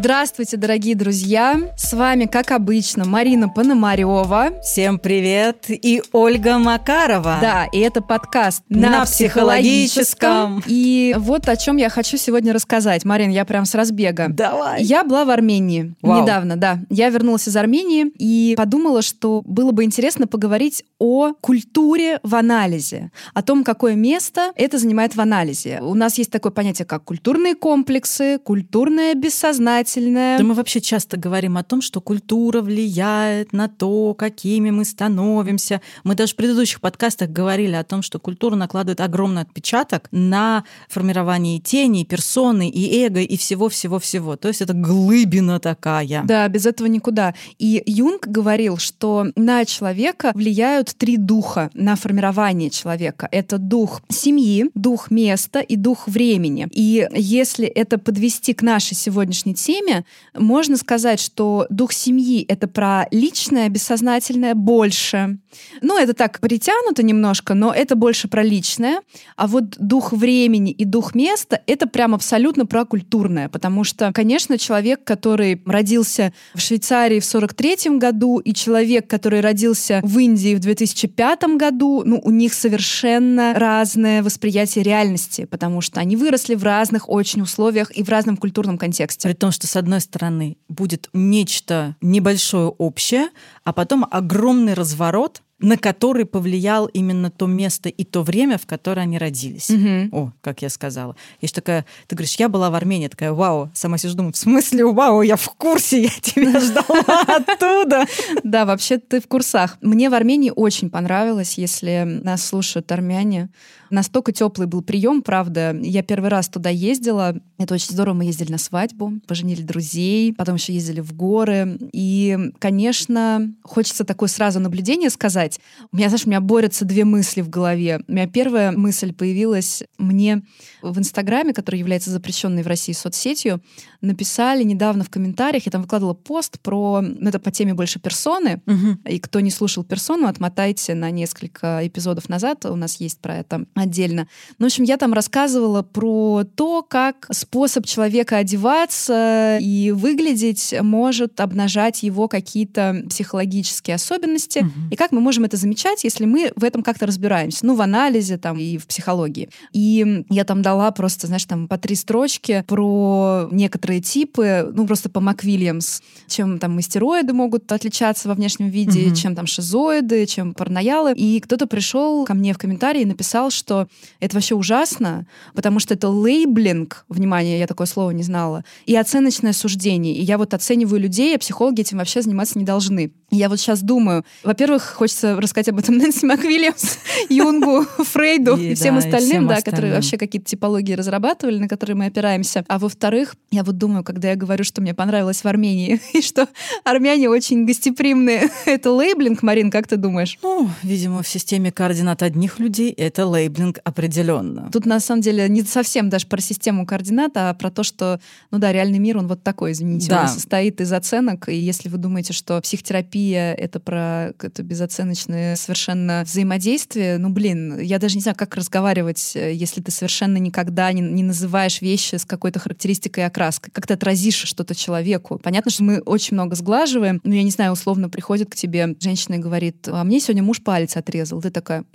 Здравствуйте, дорогие друзья! С вами, как обычно, Марина Пономарева. Всем привет! И Ольга Макарова. Да, и это подкаст «На психологическом». И вот о чем я хочу сегодня рассказать. Марин, я прям с разбега. Давай! Я была в Армении недавно, да. Я вернулась из Армении и подумала, что было бы интересно поговорить о культуре в анализе, о том, какое место это занимает в анализе. У нас есть такое понятие, как культурные комплексы, культурное бессознательное. Да мы вообще часто говорим о том, что культура влияет на то, какими мы становимся. Мы даже в предыдущих подкастах говорили о том, что культура накладывает огромный отпечаток на формирование и тени, и персоны, и эго, и всего-всего-всего. То есть это глыбина такая. Да, без этого никуда. И Юнг говорил, что на человека влияют 3 духа на формирование человека. Это дух семьи, дух места и дух времени. И если это подвести к нашей сегодняшней теме, можно сказать, что дух семьи — это про личное, бессознательное больше. Ну, это так притянуто немножко, но это больше про личное. А вот дух времени и дух места — это прям абсолютно про культурное. Потому что, конечно, человек, который родился в Швейцарии в 1943 году, и человек, который родился в Индии в 2005 году, у них совершенно разное восприятие реальности, потому что они выросли в разных очень условиях и в разном культурном контексте. При том, что с одной стороны будет нечто небольшое общее, а потом огромный разворот, на который повлиял именно то место и то время, в которое они родились. О, как я сказала. Есть такая, ты говоришь, я была в Армении, такая, вау, сама сижу, думаю, в смысле, вау, я в курсе, я тебя ждала оттуда. Да, вообще ты в курсах. Мне в Армении очень понравилось, если нас слушают армяне. Настолько теплый был прием, правда. Я первый раз туда ездила. Это очень здорово. Мы ездили на свадьбу, поженили друзей, потом еще ездили в горы. И, конечно, хочется такое сразу наблюдение сказать. У меня борются 2 мысли в голове. У меня первая мысль появилась мне в Инстаграме, который является запрещенной в России соцсетью. Написали недавно в комментариях, я там выкладывала пост про... это по теме больше персоны. И кто не слушал персону, отмотайте на несколько эпизодов назад. У нас есть про это отдельно. В общем, я там рассказывала про то, как способ человека одеваться и выглядеть может обнажать его какие-то психологические особенности, и как мы можем это замечать, если мы в этом как-то разбираемся. В анализе там, и в психологии. И я там дала просто, по 3 строчки про некоторые типы, просто по МакВильямс, чем там истероиды могут отличаться во внешнем виде, чем там шизоиды, чем параноялы. И кто-то пришел ко мне в комментарии и написал, что это вообще ужасно, потому что это лейблинг, внимание, я такое слово не знала, и оценочное суждение. И я оцениваю людей, а психологи этим вообще заниматься не должны. И я сейчас думаю, во-первых, хочется рассказать об этом Нэнси МакВильямс, Юнгу, Фрейду и всем остальным, которые вообще какие-то типологии разрабатывали, на которые мы опираемся. А во-вторых, я думаю, когда я говорю, что мне понравилось в Армении, и что армяне очень гостеприимные, это лейблинг, Марин, как ты думаешь? Видимо, в системе координат одних людей это лейблинг определенно. Тут, на самом деле, не совсем даже про систему координат, а про то, что, реальный мир, он такой, извините, да. Он состоит из оценок, и если вы думаете, что психотерапия — это про это безоценочное совершенно взаимодействие, я даже не знаю, как разговаривать, если ты совершенно никогда не называешь вещи с какой-то характеристикой и окраской, как ты отразишь что-то человеку. Понятно, что мы очень много сглаживаем, я не знаю, условно приходит к тебе женщина и говорит, а мне сегодня муж палец отрезал. Ты такая,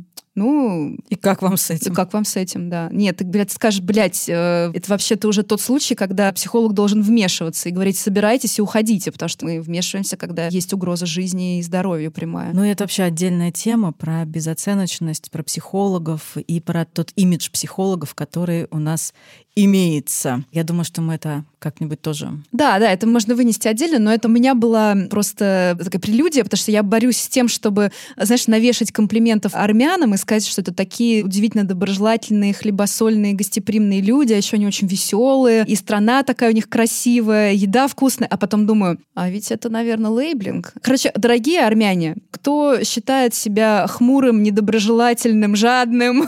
и как вам с этим? Как вам с этим, да. Нет, ты скажешь, это вообще-то уже тот случай, когда психолог должен вмешиваться и говорить, собирайтесь и уходите, потому что мы вмешиваемся, когда есть угроза жизни и здоровью прямая. Это вообще отдельная тема про безоценочность, про психологов и про тот имидж психологов, который у нас имеется. Я думаю, что мы это как-нибудь тоже... Да, это можно вынести отдельно, но это у меня была просто такая прелюдия, потому что я борюсь с тем, чтобы, навешать комплиментов армянам и сказать, что это такие удивительно доброжелательные, хлебосольные, гостеприимные люди, а еще они очень веселые, и страна такая у них красивая, еда вкусная, а потом думаю, а ведь это, наверное, лейблинг. Короче, дорогие армяне, кто считает себя хмурым, недоброжелательным, жадным,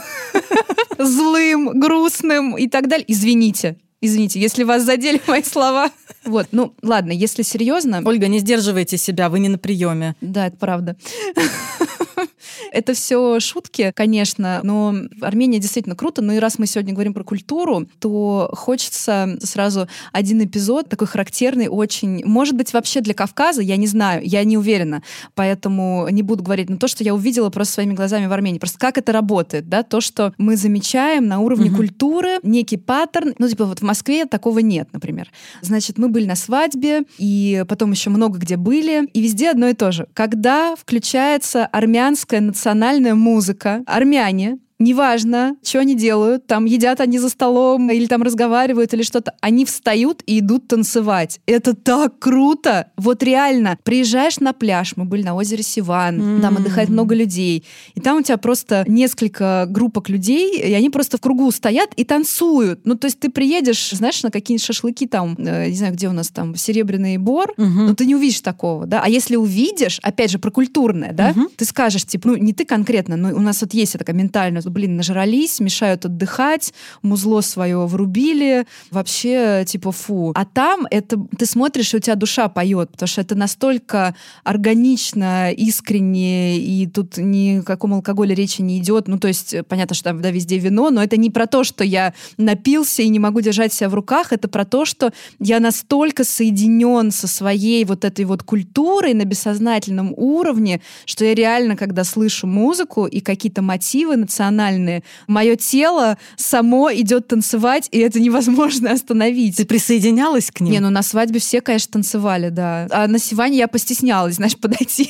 злым, грустным и так далее, извините, если вас задели мои слова. Ладно, если серьезно... Ольга, не сдерживайте себя, вы не на приеме. Да, это правда. Это все шутки, конечно, но Армения действительно круто. Но и раз мы сегодня говорим про культуру, то хочется сразу один эпизод такой характерный, очень, может быть, вообще для Кавказа, я не знаю, я не уверена, поэтому не буду говорить, но то, что я увидела просто своими глазами в Армении, просто как это работает, да, то, что мы замечаем на уровне культуры, некий паттерн, ну, типа вот в Москве такого нет, например. Значит, мы были на свадьбе, и потом еще много где были, и везде одно и то же. Когда включается армянская национальная музыка, армяне, неважно, что они делают, там едят они за столом или там разговаривают или что-то, они встают и идут танцевать. Это так круто! Вот реально, приезжаешь на пляж, мы были на озере Сиван, там отдыхает много людей, и там у тебя просто несколько группок людей, и они просто в кругу стоят и танцуют. Ну, то есть ты приедешь, знаешь, на какие-нибудь шашлыки там, не знаю, где у нас там, Серебряный Бор, но ты не увидишь такого, да? А если увидишь, опять же, про культурное, да, ты скажешь, типа, ну, не ты конкретно, но у нас вот есть такая ментальность, блин, нажрались, мешают отдыхать, музло свое врубили, вообще, типа, фу. А там это ты смотришь, и у тебя душа поет, потому что это настолько органично, искренне, и тут ни о каком алкоголе речи не идет. Ну, то есть, понятно, что там, да, везде вино, но это не про то, что я напился и не могу держать себя в руках, это про то, что я настолько соединен со своей вот этой вот культурой на бессознательном уровне, что я реально, когда слышу музыку и какие-то мотивы национальные, мое тело само идет танцевать, и это невозможно остановить. Ты присоединялась к ним? Не, ну на свадьбе все, конечно, танцевали, да. А на Сиване я постеснялась, знаешь, подойти.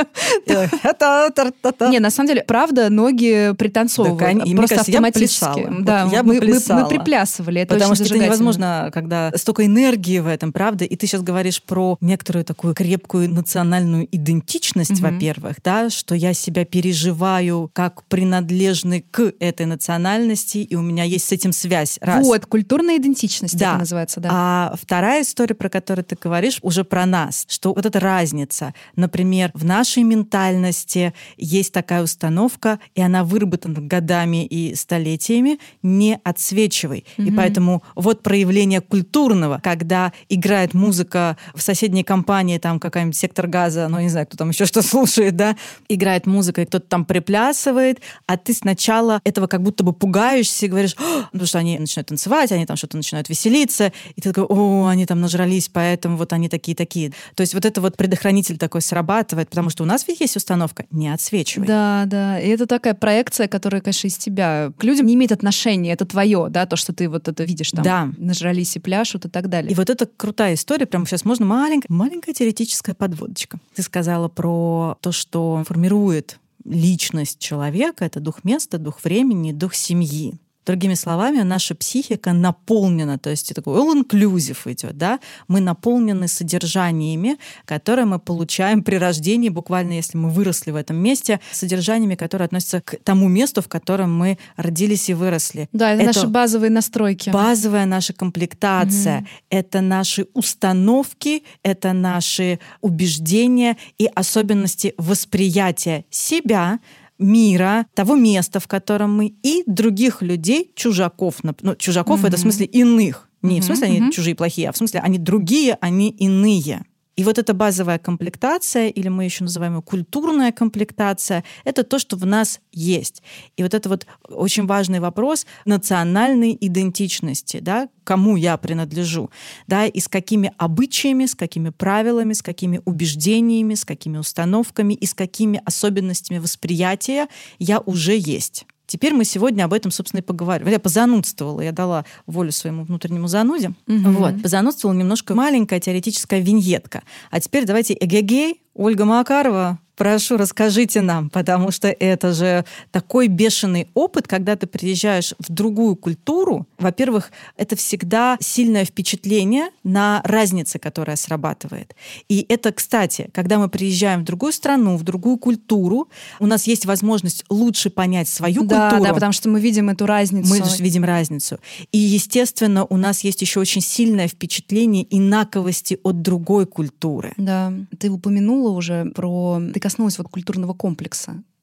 Не, на самом деле, правда, ноги пританцовывают. Просто автоматически. Да, мы приплясывали. Потому что это невозможно, когда столько энергии в этом, правда? И ты сейчас говоришь про некоторую такую крепкую национальную идентичность, во-первых, да, что я себя переживаю как принадлежный к этой национальности, и у меня есть с этим связь. Раз. Вот, культурная идентичность это называется, да. А вторая история, про которую ты говоришь, уже про нас, что вот эта разница. Например, в нашей ментальности есть такая установка, и она выработана годами и столетиями: не отсвечивай. И поэтому вот проявление культурного, когда играет музыка в соседней компании, там какая-нибудь «Сектор газа», ну, не знаю, кто там еще что слушает, да, играет музыка, и кто-то там приплясывает, а ты сначала этого как будто бы пугаешься и говоришь, потому что они начинают танцевать, они там что-то начинают веселиться, и ты такой, они там нажрались, поэтому вот они такие-такие. То есть вот это вот предохранитель такой срабатывает, потому что у нас ведь есть установка «не отсвечивай». Да, да, и это такая проекция, которая, конечно, из тебя к людям не имеет отношения, это твое, да, то, что ты вот это видишь там, да, нажрались и пляшут и так далее. И вот это крутая история, прямо сейчас можно маленькая теоретическая подводочка. Ты сказала про то, что формирует личность человека — это дух места, дух времени, дух семьи. Другими словами, наша психика наполнена, то есть такой all-inclusive идет, да? Мы наполнены содержаниями, которые мы получаем при рождении, буквально если мы выросли в этом месте, содержаниями, которые относятся к тому месту, в котором мы родились и выросли. Да, это наши базовые настройки. Базовая наша комплектация, это наши установки, это наши убеждения и особенности восприятия себя, мира, того места, в котором мы, и других людей, чужаков. Ну, чужаков это в смысле иных. Не в смысле они чужие плохие, а в смысле они другие, они иные. И вот эта базовая комплектация, или мы еще называем ее культурная комплектация, это то, что в нас есть. И вот это вот очень важный вопрос национальной идентичности, да, кому я принадлежу, да, и с какими обычаями, с какими правилами, с какими убеждениями, с какими установками и с какими особенностями восприятия я уже есть. Теперь мы сегодня об этом, собственно, и поговорим. Я позанудствовала, я дала волю своему внутреннему зануде. Вот, позанудствовала немножко, маленькая теоретическая виньетка. А теперь давайте эгегей, Ольга Макарова, прошу, расскажите нам, потому что это же такой бешеный опыт, когда ты приезжаешь в другую культуру. Во-первых, это всегда сильное впечатление на разнице, которая срабатывает. И это, кстати, когда мы приезжаем в другую страну, в другую культуру, у нас есть возможность лучше понять свою культуру. Да, потому что мы видим эту разницу. Мы видим разницу. И, естественно, у нас есть еще очень сильное впечатление инаковости от другой культуры. Да, ты упомянула уже про... Ты коснулась вот культурного комплекса.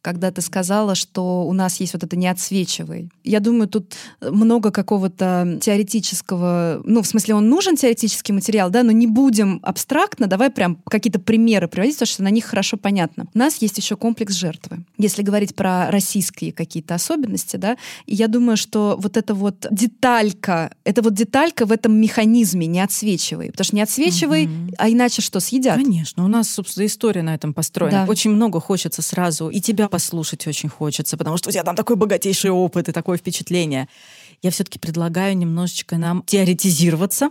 когда ты сказала, что у нас есть вот это «не отсвечивай». Я думаю, тут много какого-то теоретического... Ну, в смысле, он нужен, теоретический материал, да, но не будем абстрактно, давай прям какие-то примеры приводить, потому что на них хорошо понятно. У нас есть еще комплекс жертвы. Если говорить про российские какие-то особенности, да, и я думаю, что вот эта вот деталька в этом механизме «не отсвечивай». Потому что не отсвечивай, а иначе что, съедят? Конечно, у нас, собственно, история на этом построена. Да. Очень много хочется сразу, и тебя послушать очень хочется, потому что у тебя там такой богатейший опыт и такое впечатление. Я все-таки предлагаю немножечко нам теоретизироваться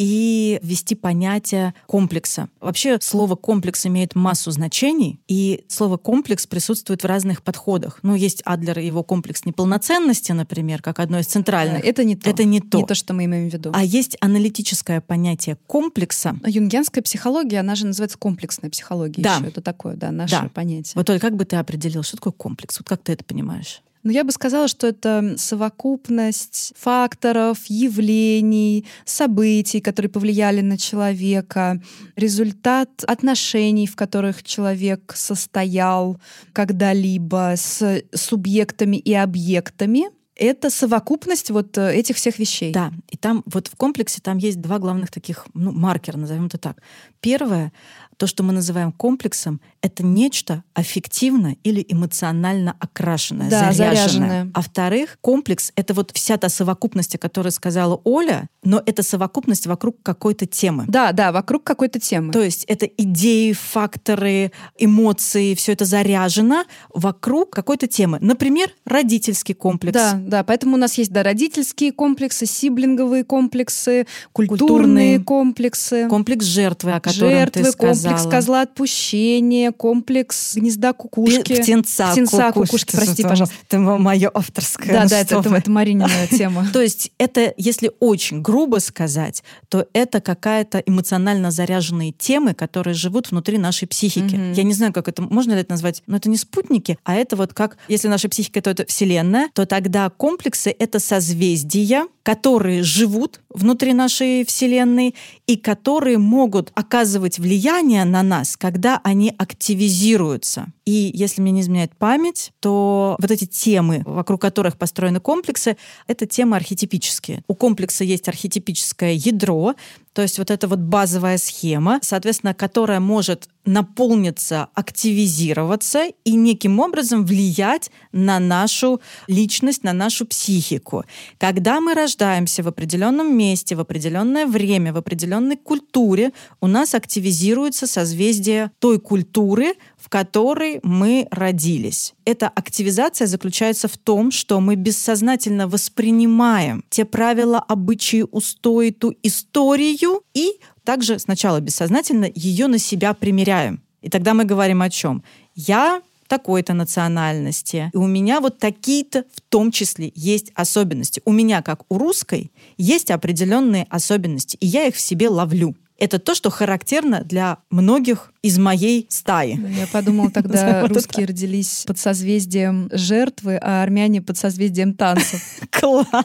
и ввести понятие комплекса. Вообще слово «комплекс» имеет массу значений, и слово «комплекс» присутствует в разных подходах. Ну, есть Адлер и его комплекс неполноценности, например, как одно из центральных. Это не то. Это не то. Не то, что мы имеем в виду. А есть аналитическое понятие комплекса. Юнгианская психология, она же называется комплексная психология. Да. Еще. Это такое, да, наше понятие. Вот, Оль, как бы ты определил, что такое комплекс? Вот как ты это понимаешь? Ну, я бы сказала, что это совокупность факторов, явлений, событий, которые повлияли на человека, результат отношений, в которых человек состоял когда-либо с субъектами и объектами. Это совокупность вот этих всех вещей. Да, и там вот в комплексе там есть два главных таких маркера, назовем это так. Первое, то, что мы называем комплексом, это нечто аффективно или эмоционально окрашенное, да, заряженное. А во-вторых, комплекс — это вот вся та совокупность, о которой сказала Оля, но это совокупность вокруг какой-то темы. Да, вокруг какой-то темы. То есть это идеи, факторы, эмоции, все это заряжено вокруг какой-то темы. Например, родительский комплекс. Да, поэтому у нас есть родительские комплексы, сиблинговые комплексы, культурные комплексы. Комплекс жертвы, о котором ты сказала. Комплекс козла отпущения, комплекс гнезда кукушки. Птенца кукушки, прости, пожалуйста. Это мое авторское. Да, это Маринина тема. То есть это, если очень грубо сказать, то это какая-то эмоционально заряженные темы, которые живут внутри нашей психики. Я не знаю, как это, можно ли это назвать, но это не спутники, а это вот как, если наша психика, то это Вселенная, то тогда комплексы — это созвездия, которые живут внутри нашей Вселенной и которые могут оказывать влияние на нас, когда они активизируются. И если мне не изменяет память, то вот эти темы, вокруг которых построены комплексы, это темы архетипические. У комплекса есть архетипическое ядро, то есть вот эта вот базовая схема, соответственно, которая может наполниться, активизироваться и неким образом влиять на нашу личность, на нашу психику. Когда мы рождаемся в определенном месте, в определенное время, в определенной культуре, у нас активизируется созвездие той культуры, в которой мы родились. Эта активизация заключается в том, что мы бессознательно воспринимаем те правила, обычаи, устои, ту историю и также сначала бессознательно ее на себя примеряем. И тогда мы говорим о чем? Я такой-то национальности, и у меня вот такие-то в том числе есть особенности. У меня, как у русской, есть определенные особенности, и я их в себе ловлю. Это то, что характерно для многих из моей стаи. Я подумала, тогда русские родились под созвездием жертвы, а армяне под созвездием танцев. Классно.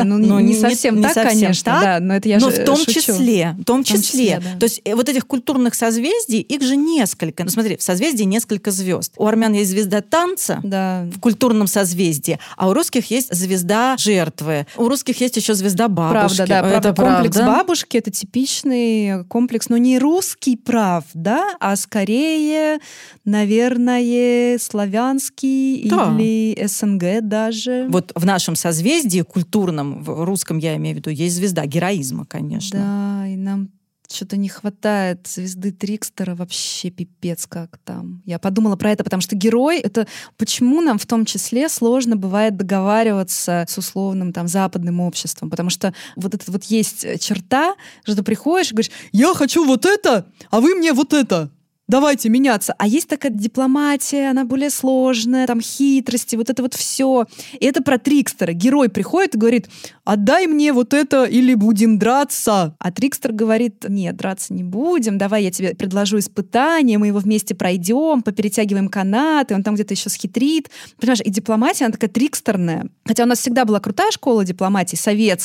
Не совсем так, конечно, да, но это я же шучу. Но в том числе. Да. То есть вот этих культурных созвездий, их же несколько. Ну смотри, в созвездии несколько звезд. У армян есть звезда танца в культурном созвездии, а у русских есть звезда жертвы. У русских есть еще звезда бабушки. Правда. Комплекс бабушки — это типичный комплекс, но не русский, правда, а скорее, наверное, славянский или СНГ даже. Вот в нашем созвездии культурном, в русском я имею в виду, есть звезда героизма, конечно. Да, и нам что-то не хватает звезды Трикстера, вообще пипец как там. Я подумала про это, потому что герой — это почему нам в том числе сложно бывает договариваться с условным там западным обществом, потому что вот это вот есть черта, что ты приходишь и говоришь: я хочу вот это, а вы мне вот это. Давайте меняться. А есть такая дипломатия, она более сложная, там хитрости, вот это вот все. И это про Трикстера. Герой приходит и говорит: отдай мне вот это или будем драться. А Трикстер говорит: нет, драться не будем, давай я тебе предложу испытание, мы его вместе пройдем, поперетягиваем канаты, он там где-то еще схитрит. Понимаешь, и дипломатия, она такая трикстерная. Хотя у нас всегда была крутая школа дипломатии, советской.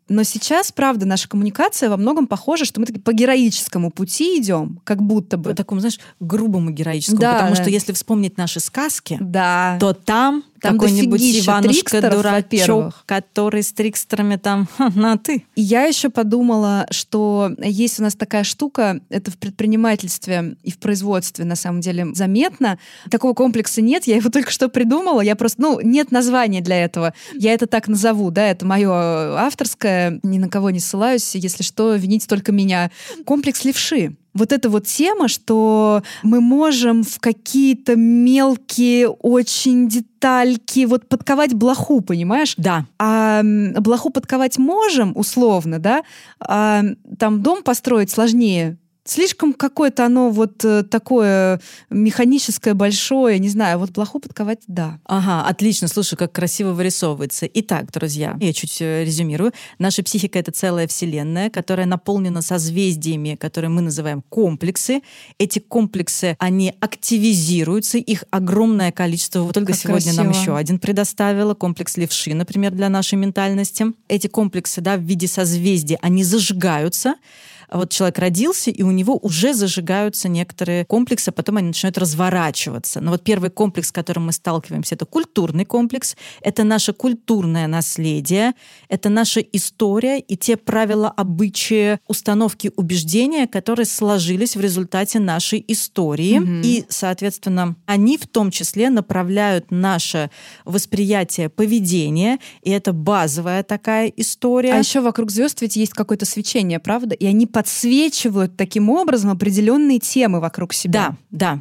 Но сейчас, правда, наша коммуникация во многом похожа, что мы таки по героическому пути идем, как будто бы. По такому, знаешь, грубому героическому. Да, потому да. что если вспомнить наши сказки, да. то там какой-нибудь Иванушка-дурачок, который с трикстерами там на «ты». И я еще подумала, что есть у нас такая штука, это в предпринимательстве и в производстве на самом деле заметно. Такого комплекса нет, я его только что придумала, я просто, нет названия для этого. Я это так назову, да, это мое авторское, ни на кого не ссылаюсь, если что, вините только меня. Комплекс левши. Вот эта вот тема, что мы можем в какие-то мелкие очень детальки вот подковать блоху, понимаешь? Да. А блоху подковать можем, условно, да? А там дом построить сложнее. Слишком какое-то оно вот такое механическое, большое, не знаю, вот блоху подковать, да. Ага, отлично, слушай, как красиво вырисовывается. Итак, друзья, я чуть резюмирую. Наша психика — это целая вселенная, которая наполнена созвездиями, которые мы называем комплексы. Эти комплексы, они активизируются, их огромное количество. Вот только сегодня нам еще один предоставила, комплекс левши, например, для нашей ментальности. Эти комплексы, да, в виде созвездий, они зажигаются. Вот человек родился, и у него уже зажигаются некоторые комплексы, а потом они начинают разворачиваться. Но вот первый комплекс, с которым мы сталкиваемся, это культурный комплекс, это наше культурное наследие, это наша история и те правила, обычаи, установки, убеждения, которые сложились в результате нашей истории. Mm-hmm. И, соответственно, они в том числе направляют наше восприятие поведения, и это базовая такая история. А еще вокруг звезд ведь есть какое-то свечение, правда? И они подсвечивают таким образом определенные темы вокруг себя. Да.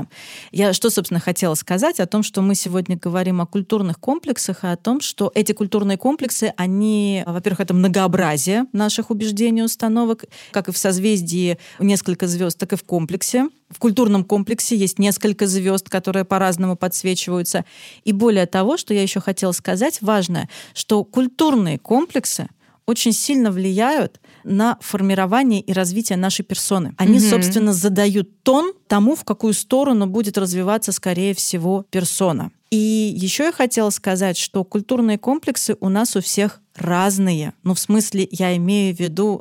Я что, собственно, хотела сказать о том, что мы сегодня говорим о культурных комплексах, и о том, что эти культурные комплексы, они, во-первых, это многообразие наших убеждений, установок, как и в созвездии несколько звезд, так и в комплексе. В культурном комплексе есть несколько звезд, которые по-разному подсвечиваются. И более того, что я еще хотела сказать, важное, что культурные комплексы очень сильно влияют на формирование и развитие нашей персоны. Они, собственно, задают тон тому, в какую сторону будет развиваться, скорее всего, персона. И еще я хотела сказать, что культурные комплексы у нас у всех разные. Ну, в смысле, я имею в виду,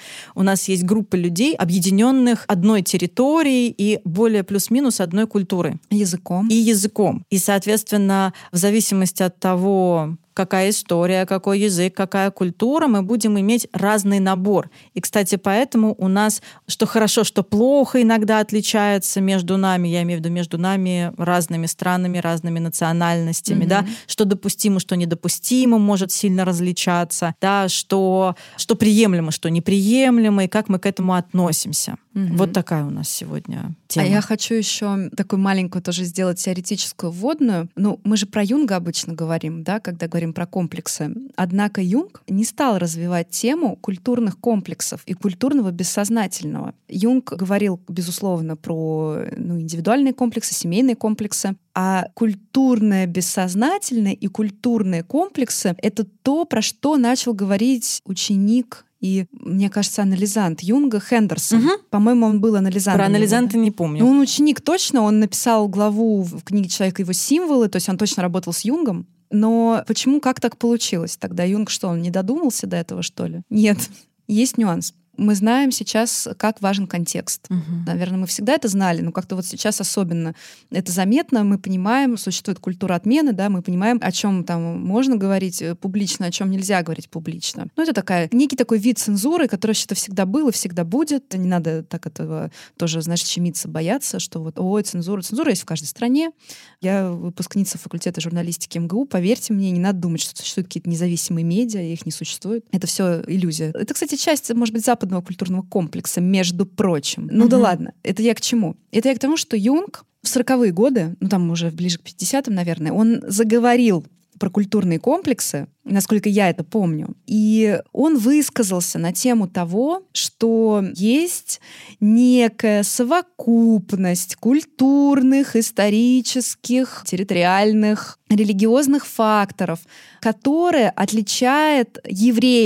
у нас есть группа людей, объединенных одной территорией и более плюс-минус одной культурой. Языком. И языком. И, соответственно, в зависимости от того, какая история, какой язык, какая культура, мы будем иметь разный набор. И, кстати, поэтому у нас, что хорошо, что плохо, иногда отличается между нами, я имею в виду между нами, разными странами, разными национальностями, да, что допустимо, что недопустимо, может сильно различаться, да, что приемлемо, что неприемлемо, и как мы к этому относимся. Вот такая у нас сегодня тема. А я хочу еще такую маленькую тоже сделать теоретическую вводную. Мы же про Юнга обычно говорим, да, когда говорим про комплексы. Однако Юнг не стал развивать тему культурных комплексов и культурного бессознательного. Юнг говорил, безусловно, про индивидуальные комплексы, семейные комплексы, а культурное бессознательное и культурные комплексы — это то, про что начал говорить ученик и, мне кажется, анализант Юнга Хендерсон. По-моему, он был анализантом. Про анализанта не помню. Он ученик точно, он написал главу в книге «Человек и его символы», то есть он точно работал с Юнгом. Но почему, как так получилось тогда? Юнг что, он не додумался до этого, что ли? Нет, есть нюанс. Мы знаем сейчас, как важен контекст. Наверное, мы всегда это знали, но как-то вот сейчас особенно это заметно. Мы понимаем, существует культура отмены, да, мы понимаем, о чем там можно говорить публично, о чем нельзя говорить публично. Это некий такой вид цензуры, который вообще-то всегда был и всегда будет. Не надо так этого тоже, щемиться, бояться, что цензура. Цензура есть в каждой стране. Я выпускница факультета журналистики МГУ. Поверьте мне, не надо думать, что существуют какие-то независимые медиа, их не существует. Это все иллюзия. Это, кстати, часть, может быть, западного культурного комплекса, между прочим. Да ладно, это я к чему? Это я к тому, что Юнг в 40-е годы, там уже ближе к 50-м, наверное, он заговорил про культурные комплексы, насколько я это помню, и он высказался на тему того, что есть некая совокупность культурных, исторических, территориальных, религиозных факторов, которые отличают евреев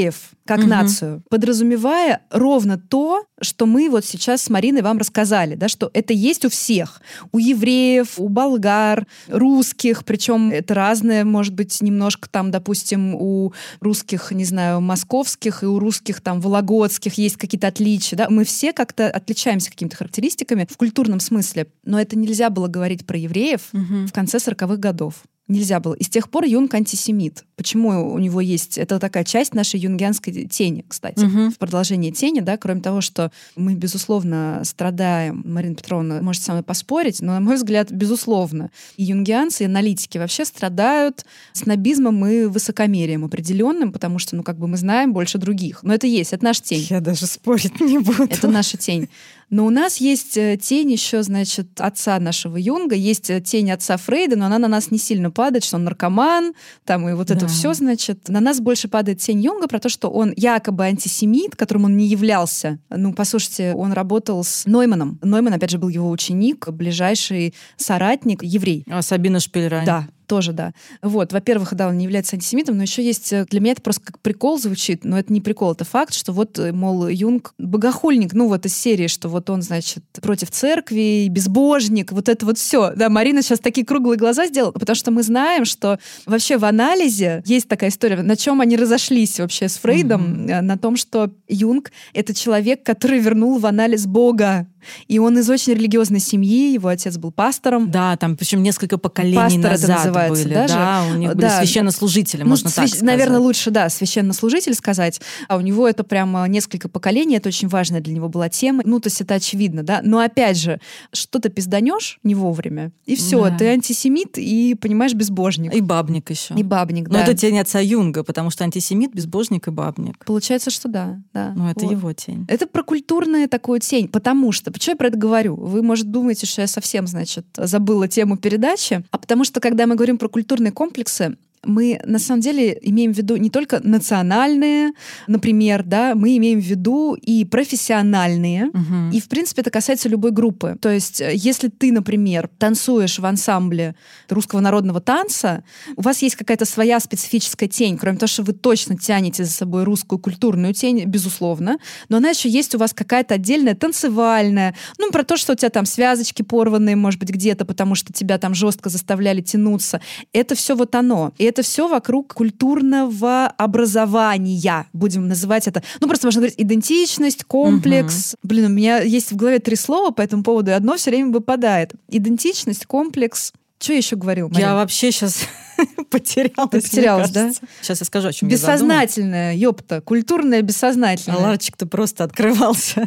как нацию, подразумевая ровно то, что мы вот сейчас с Мариной вам рассказали, да, что это есть у всех. У евреев, у болгар, русских, причем это разное, может быть, немножко там, допустим, у русских, не знаю, московских и у русских там вологодских есть какие-то отличия. Да? Мы все как-то отличаемся какими-то характеристиками в культурном смысле, но это нельзя было говорить про евреев в конце 40-х годов. Нельзя было. И с тех пор Юнг антисемит. Почему у него есть... Это такая часть нашей юнгианской тени, кстати. В продолжении тени, да, кроме того, что мы, безусловно, страдаем, Марина Петровна может со мной поспорить, но, на мой взгляд, безусловно. И юнгианцы, и аналитики вообще страдают снобизмом и высокомерием определенным, потому что, мы знаем больше других. Но это есть, это наша тень. Я даже спорить не буду. Это наша тень. Но у нас есть тень еще, значит, отца нашего Юнга, есть тень отца Фрейда, но она на нас не сильно падает, что он наркоман, там и вот это все, значит. На нас больше падает тень Юнга про то, что он якобы антисемит, которым он не являлся. Послушайте, он работал с Нойманом. Нойман, опять же, был его ученик, ближайший соратник, еврей. А Сабина Шпильрайн. Да. Тоже, да. Вот, во-первых, да, он не является антисемитом, но еще есть... Для меня это просто как прикол звучит, но это не прикол, это факт, что вот, мол, Юнг богохульник, вот из серии, что вот он, значит, против церкви, безбожник, вот это вот все. Да, Марина сейчас такие круглые глаза сделала, потому что мы знаем, что вообще в анализе есть такая история, на чем они разошлись вообще с Фрейдом, на том, что Юнг — это человек, который вернул в анализ Бога. И он из очень религиозной семьи, его отец был пастором. Да, там причем несколько поколений назад были. Даже. Да, у них были священнослужители, можно так сказать. Наверное, лучше, да, священнослужитель сказать. А у него это прямо несколько поколений, это очень важная для него была тема. То есть это очевидно, да. Но опять же, что-то пизданешь не вовремя, и все, ты антисемит и, понимаешь, безбожник. И бабник еще. И бабник, да. Но это тень отца Юнга, потому что антисемит, безбожник и бабник. Получается, что да. Это его тень. Это про культурную такую тень, потому что почему я про это говорю? Вы, может, думаете, что я совсем, значит, забыла тему передачи, а потому что, когда мы говорим про культурные комплексы, мы на самом деле имеем в виду не только национальные, например, да, мы имеем в виду и профессиональные. И, в принципе, это касается любой группы. То есть, если ты, например, танцуешь в ансамбле русского народного танца, у вас есть какая-то своя специфическая тень, кроме того, что вы точно тянете за собой русскую культурную тень, безусловно, но она еще есть у вас какая-то отдельная танцевальная, про то, что у тебя там связочки порванные, может быть, где-то, потому что тебя там жестко заставляли тянуться. Это все вот оно. И это все вокруг культурного образования, будем называть это. Просто можно говорить идентичность, комплекс. У меня есть в голове 3 слова по этому поводу, и одно все время выпадает. Идентичность, комплекс. Что я еще говорил, Марина? Я вообще сейчас потерялась. Ты потерялась, да? Сейчас я скажу, о чем бессознательное, ёпта, культурное бессознательное. Ларчик-то просто открывался.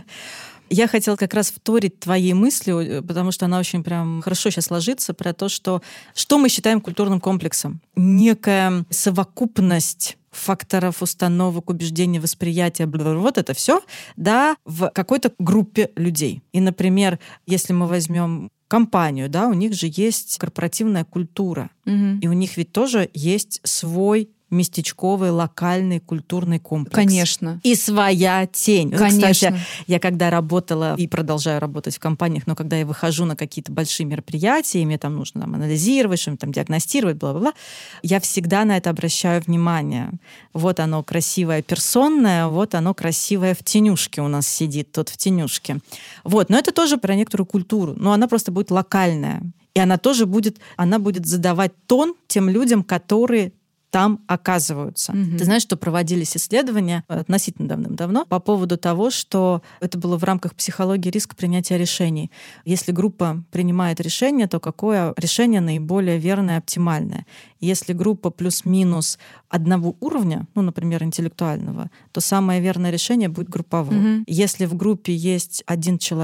Я хотела как раз вторить твоей мысли, потому что она очень прям хорошо сейчас ложится, про то, что мы считаем культурным комплексом. Некая совокупность факторов, установок, убеждений, восприятия, вот это все, да, в какой-то группе людей. И, например, если мы возьмем компанию, да, у них же есть корпоративная культура, и у них ведь тоже есть свой местечковый, локальный культурный комплекс. Конечно. И своя тень. Конечно. Кстати, я когда работала и продолжаю работать в компаниях, но когда я выхожу на какие-то большие мероприятия, и мне там нужно анализировать, что-нибудь там диагностировать, бла-бла-бла, я всегда на это обращаю внимание. Вот оно красивое персонное, вот оно красивое в тенюшке у нас сидит, тот в тенюшке. Вот. Но это тоже про некоторую культуру, но она просто будет локальная. И она тоже будет задавать тон тем людям, которые там оказываются. Ты знаешь, что проводились исследования относительно давным-давно по поводу того, что это было в рамках психологии риска принятия решений. Если группа принимает решение, то какое решение наиболее верное и оптимальное? Если группа плюс-минус одного уровня, например, интеллектуального, то самое верное решение будет групповое. Если в группе есть хотя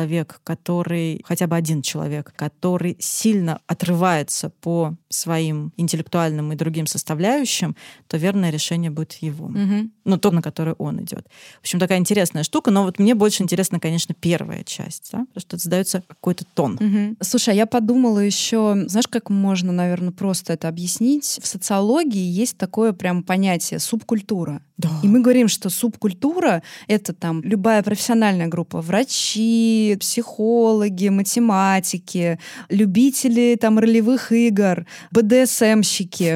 бы один человек, который сильно отрывается по своим интеллектуальным и другим составляющим, то верное решение будет его. То, на которое он идет. В общем, такая интересная штука, но вот мне больше интересна, конечно, первая часть, да? Потому что задается какой-то тон. Слушай, я подумала еще, знаешь, как можно, наверное, просто это объяснить? В социологии есть такое прям понятие субкультура. Да. И мы говорим, что субкультура — это там любая профессиональная группа. Врачи, психологи, математики, любители там ролевых игр, БДСМщики.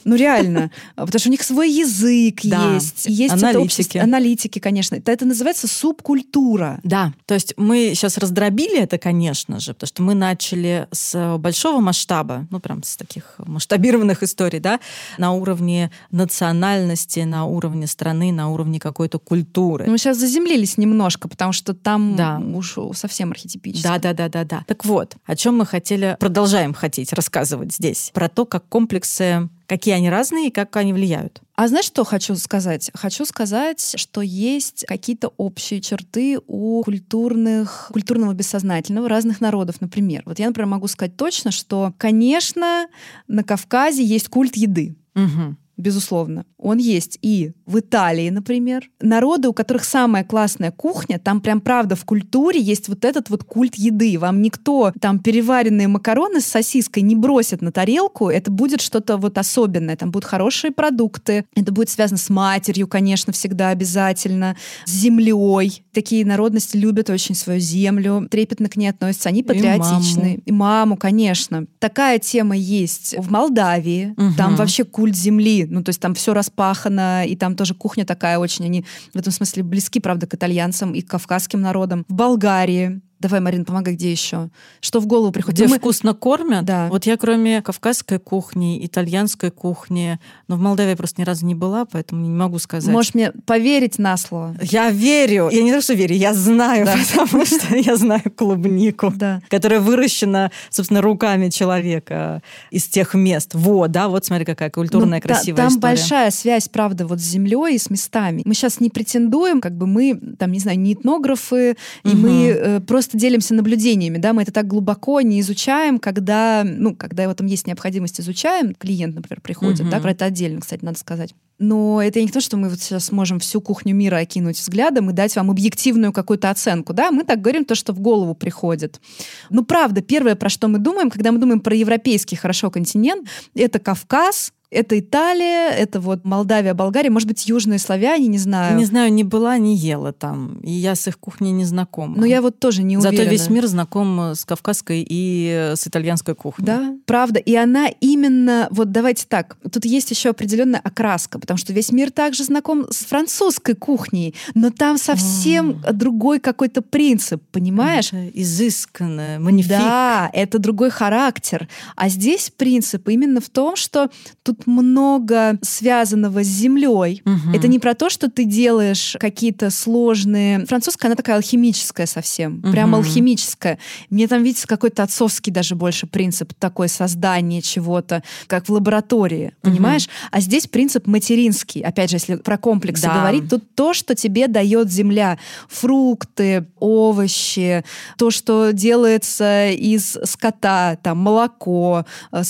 Ну, реально. Потому что у них свой язык есть. Есть аналитики, конечно. Это называется субкультура. Да. То есть мы сейчас раздробили это, конечно же, потому что мы начали с большого масштаба, ну, прям с таких масштабированных историй, да, на уровне национальности, на уровне страны, на уровне какой-то культуры. Мы сейчас заземлились немножко, потому что там уж совсем архетипично. Да. Так вот, о чем мы продолжаем хотеть рассказывать здесь. Про то, как комплексы, какие они разные и как они влияют. А знаешь, что хочу сказать? Хочу сказать, что есть какие-то общие черты у культурного бессознательного разных народов, например. Вот я, например, могу сказать точно, что, конечно, на Кавказе есть культ еды. Угу. Безусловно. Он есть и в Италии, например. Народы, у которых самая классная кухня, там прям правда в культуре есть вот этот вот культ еды. Вам никто там переваренные макароны с сосиской не бросит на тарелку. Это будет что-то вот особенное. Там будут хорошие продукты. Это будет связано с матерью, конечно, всегда обязательно. С землей. Такие народности любят очень свою землю, трепетно к ней относятся. Они патриотичны. И маму, конечно. Такая тема есть в Молдавии. Угу. Там вообще культ земли. Ну, то есть там все распахано, и там тоже кухня такая очень, они в этом смысле близки, правда, к итальянцам и к кавказским народам. В Болгарии. Давай, Марина, помогай, где еще? Что в голову приходит? Где вкусно кормят? Да. Вот я кроме кавказской кухни, итальянской кухни, но в Молдавии просто ни разу не была, поэтому не могу сказать. Можешь мне поверить на слово? Я верю. Я не то, что верю, я знаю, потому что я знаю клубнику, которая выращена, собственно, руками человека из тех мест. Вот смотри, какая культурная, красивая история. Там большая связь, правда, вот с землей и с местами. Мы сейчас не претендуем, мы, там, не знаю, не этнографы, и мы просто делимся наблюдениями, да, мы это так глубоко не изучаем, когда в этом есть необходимость, изучаем, клиент, например, приходит, да, про это отдельно, кстати, надо сказать. Но это не то, что мы вот сейчас можем всю кухню мира окинуть взглядом и дать вам объективную какую-то оценку, да, мы так говорим то, что в голову приходит. Ну, правда, первое, про что мы думаем, когда мы думаем про европейский, хорошо, континент, это Кавказ, это Италия, это вот Молдавия, Болгария, может быть, южные славяне, не знаю. Не знаю, не была, не ела там. И я с их кухней не знакома. Но я вот тоже не уверена. Зато весь мир знаком с кавказской и с итальянской кухней. Да, правда. И она именно... Вот давайте так. Тут есть еще определенная окраска, потому что весь мир также знаком с французской кухней, но там совсем другой какой-то принцип, понимаешь? Это изысканное, магнифик. Да, это другой характер. А здесь принцип именно в том, что тут много связанного с землей. Угу. Это не про то, что ты делаешь какие-то сложные... Французская, она такая алхимическая совсем. Прям алхимическая. Мне там видится какой-то отцовский даже больше принцип, такое создание чего-то, как в лаборатории. Понимаешь? А здесь принцип материнский. Опять же, если про комплексы говорить, тут то, что тебе дает земля. Фрукты, овощи, то, что делается из скота, там, молоко,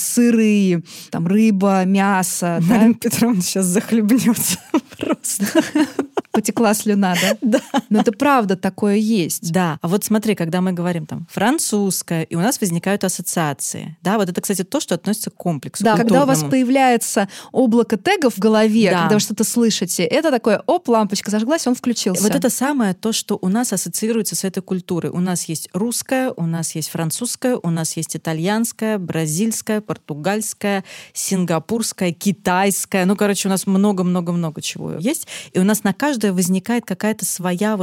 сыры, там, рыба, мясо. Марина Петровна сейчас захлебнется просто. Потекла слюна, да? Да. Но это правда, такое есть. Да. А вот смотри, когда мы говорим там французская, и у нас возникают ассоциации. Да, вот это, кстати, то, что относится к комплексу. Да, когда у вас появляется облако тегов в голове, когда вы что-то слышите, это такое, оп, лампочка зажглась, он включился. Вот это самое то, что у нас ассоциируется с этой культурой. У нас есть русская, у нас есть французская, у нас есть итальянская, бразильская, португальская, сингапурская, китайская. Ну, короче, у нас много-много-много чего есть. И у нас на каждой возникает какая-то своя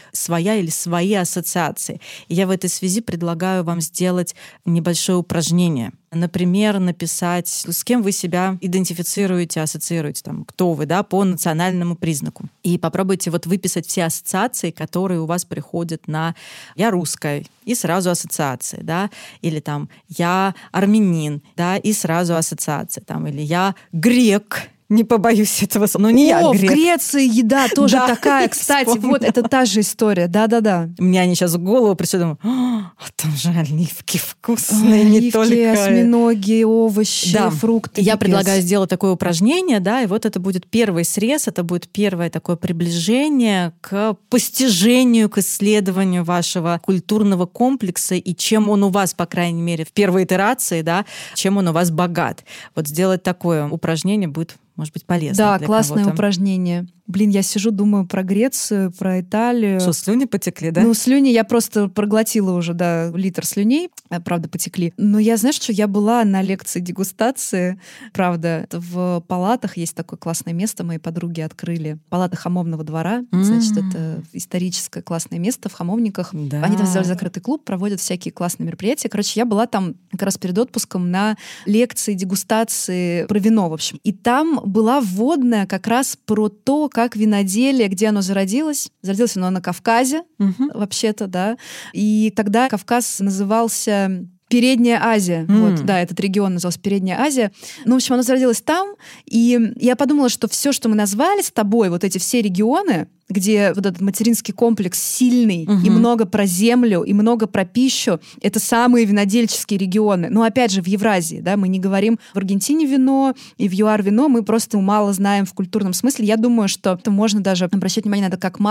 или свои ассоциации. И я в этой связи предлагаю вам сделать небольшое упражнение. Например, написать, с кем вы себя идентифицируете, ассоциируете, там, кто вы, да, по национальному признаку. И попробуйте вот выписать все ассоциации, которые у вас приходят на «я русская», и сразу ассоциации, да, или там «я армянин», да, и сразу ассоциации, там, или «я грек», не побоюсь этого слова. Но не я грек. В Греции еда тоже такая. Кстати, вот это та же история. Да-да-да. Мне они сейчас в голову пришли, думаю, там же оливки вкусные, не только... Оливки, осьминоги, овощи, фрукты. Я предлагаю сделать такое упражнение, да, и вот это будет первый срез, это будет первое такое приближение к постижению, к исследованию вашего культурного комплекса и чем он у вас, по крайней мере, в первой итерации, да, чем он у вас богат. Вот сделать такое упражнение будет может быть, полезно Да, для классное кого-то. упражнение. Блин, я сижу, думаю про Грецию, про Италию. Что, слюни потекли, да? Ну, слюни я просто проглотила уже, да, литр слюней, правда, потекли. Но я, знаешь что, я была на лекции дегустации, правда, в Палатах есть такое классное место, мои подруги открыли. Палаты Хамовного двора, значит, это историческое классное место в Хамовниках. Да. Они там сделали закрытый клуб, проводят всякие классные мероприятия. Короче, я была там как раз перед отпуском на лекции, дегустации про вино, в общем. И там была вводная как раз про то, как виноделие, где оно зародилось. Зародилось оно на Кавказе, вообще-то, да. И тогда Кавказ назывался Передняя Азия. Вот, да, этот регион назывался Передняя Азия. Ну, в общем, оно зародилось там. И я подумала, что все, что мы назвали с тобой, вот эти все регионы, где вот этот материнский комплекс сильный, и много про землю, и много про пищу, это самые винодельческие регионы. Но опять же, в Евразии, да, мы не говорим в Аргентине вино и в ЮАР вино, мы просто мало знаем в культурном смысле. Я думаю, что это можно даже обращать внимание на это как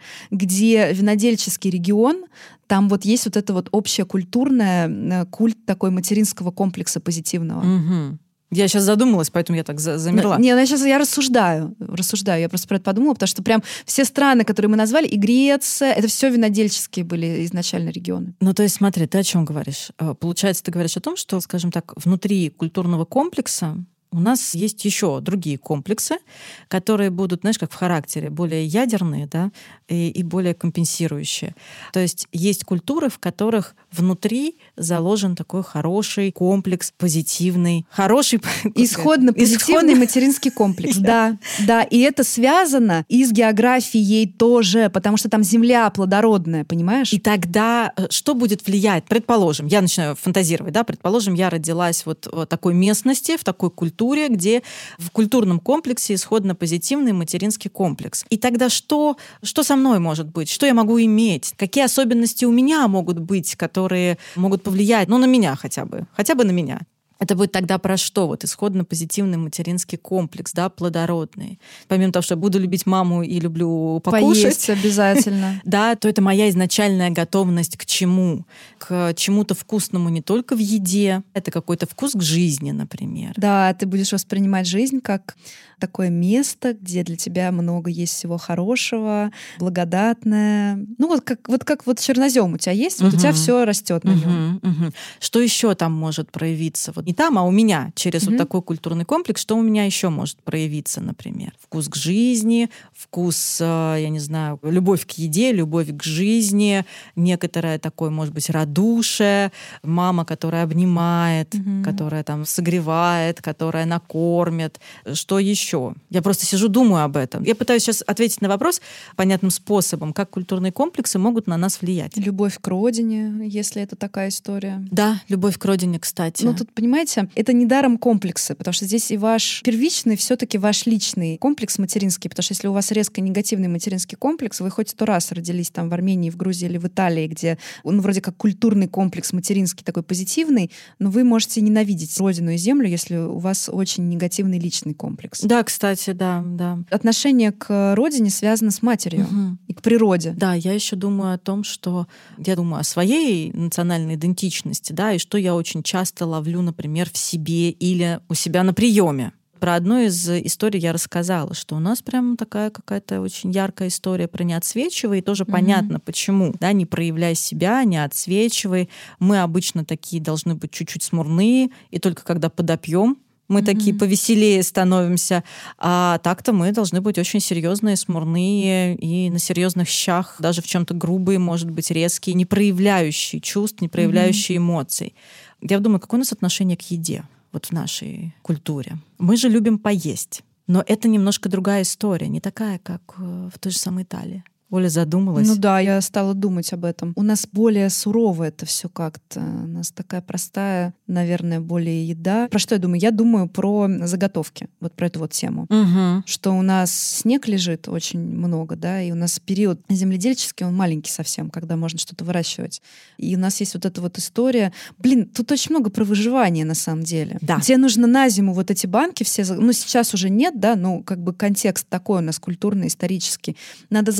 маркер, где винодельческий регион, там вот есть вот это вот общее культурное, культ такой материнского комплекса позитивного. Я сейчас задумалась, поэтому я так замерла. Не, я рассуждаю. Я просто про это подумала, потому что прям все страны, которые мы назвали, и Греция, это все винодельческие были изначально регионы. Ну, то есть, смотри, ты о чем говоришь? Получается, ты говоришь о том, что, скажем так, внутри культурного комплекса у нас есть еще другие комплексы, которые будут, знаешь, как в характере, более ядерные, да, и более компенсирующие. То есть есть культуры, в которых внутри заложен такой хороший комплекс, позитивный, хороший... Исходно позитивный материнский комплекс, да. И это связано и с географией тоже, потому что там земля плодородная, понимаешь? И тогда что будет влиять? Предположим, я начинаю фантазировать, да, предположим, я родилась вот в такой местности, в такой культуре, где в культурном комплексе исходно позитивный материнский комплекс. И тогда что со мной может быть? Что я могу иметь? Какие особенности у меня могут быть, которые могут повлиять, на меня хотя бы на меня? Это будет тогда про что? Вот исходно позитивный материнский комплекс, да, плодородный. Помимо того, что я буду любить маму и люблю покушать. Поесть обязательно. Да, то это моя изначальная готовность к чему? К чему-то вкусному не только в еде. Это какой-то вкус к жизни, например. Да, ты будешь воспринимать жизнь как такое место, где для тебя много есть всего хорошего, благодатное. Ну, вот как чернозем у тебя есть, вот у тебя все растет на нем. Что еще там может проявиться? Вот не там, а у меня через вот такой культурный комплекс, что у меня еще может проявиться, например? Вкус к жизни, вкус, я не знаю, любовь к еде, любовь к жизни, некоторое такое, может быть, радушие, мама, которая обнимает, которая там согревает, которая накормит. Что еще? Я просто сижу, думаю об этом. Я пытаюсь сейчас ответить на вопрос понятным способом, как культурные комплексы могут на нас влиять. Любовь к родине, если это такая история. Да, любовь к родине, кстати. Ну, тут, понимаете, это недаром комплексы, потому что здесь и ваш первичный, все-таки ваш личный комплекс материнский, потому что если у вас резко негативный материнский комплекс, вы хоть 100 раз родились там в Армении, в Грузии или в Италии, где, вроде как культурный комплекс материнский такой позитивный, но вы можете ненавидеть родину и землю, если у вас очень негативный личный комплекс. Да, кстати, да. Отношение к родине связано с матерью и к природе. Да, я еще думаю о том, что я думаю о своей национальной идентичности, да, и что я очень часто ловлю, например, в себе или у себя на приеме. Про одну из историй я рассказала, что у нас прям такая какая-то очень яркая история про «не отсвечивай», и тоже понятно, почему. Да, не проявляй себя, не отсвечивай. Мы обычно такие должны быть чуть-чуть смурные, и только когда подопьем, мы такие повеселее становимся. А так-то мы должны быть очень серьезные, смурные и на серьезных щах, даже в чем-то грубые, может быть, резкие, не проявляющие чувств, не проявляющие эмоций. Я думаю, какое у нас отношение к еде вот в нашей культуре? Мы же любим поесть. Но это немножко другая история, не такая, как в той же самой Италии. Оля задумалась. Ну да, я стала думать об этом. У нас более сурово это все как-то. У нас такая простая, наверное, более еда. Про что я думаю? Я думаю про заготовки. Вот про эту вот тему. Что у нас снег лежит очень много, да, и у нас период земледельческий, он маленький совсем, когда можно что-то выращивать. И у нас есть вот эта вот история. Блин, тут очень много про выживание на самом деле. Да. Тебе нужно на зиму вот эти банки все... Ну, сейчас уже нет, да, но как бы контекст такой у нас культурно-исторический. Надо заготовить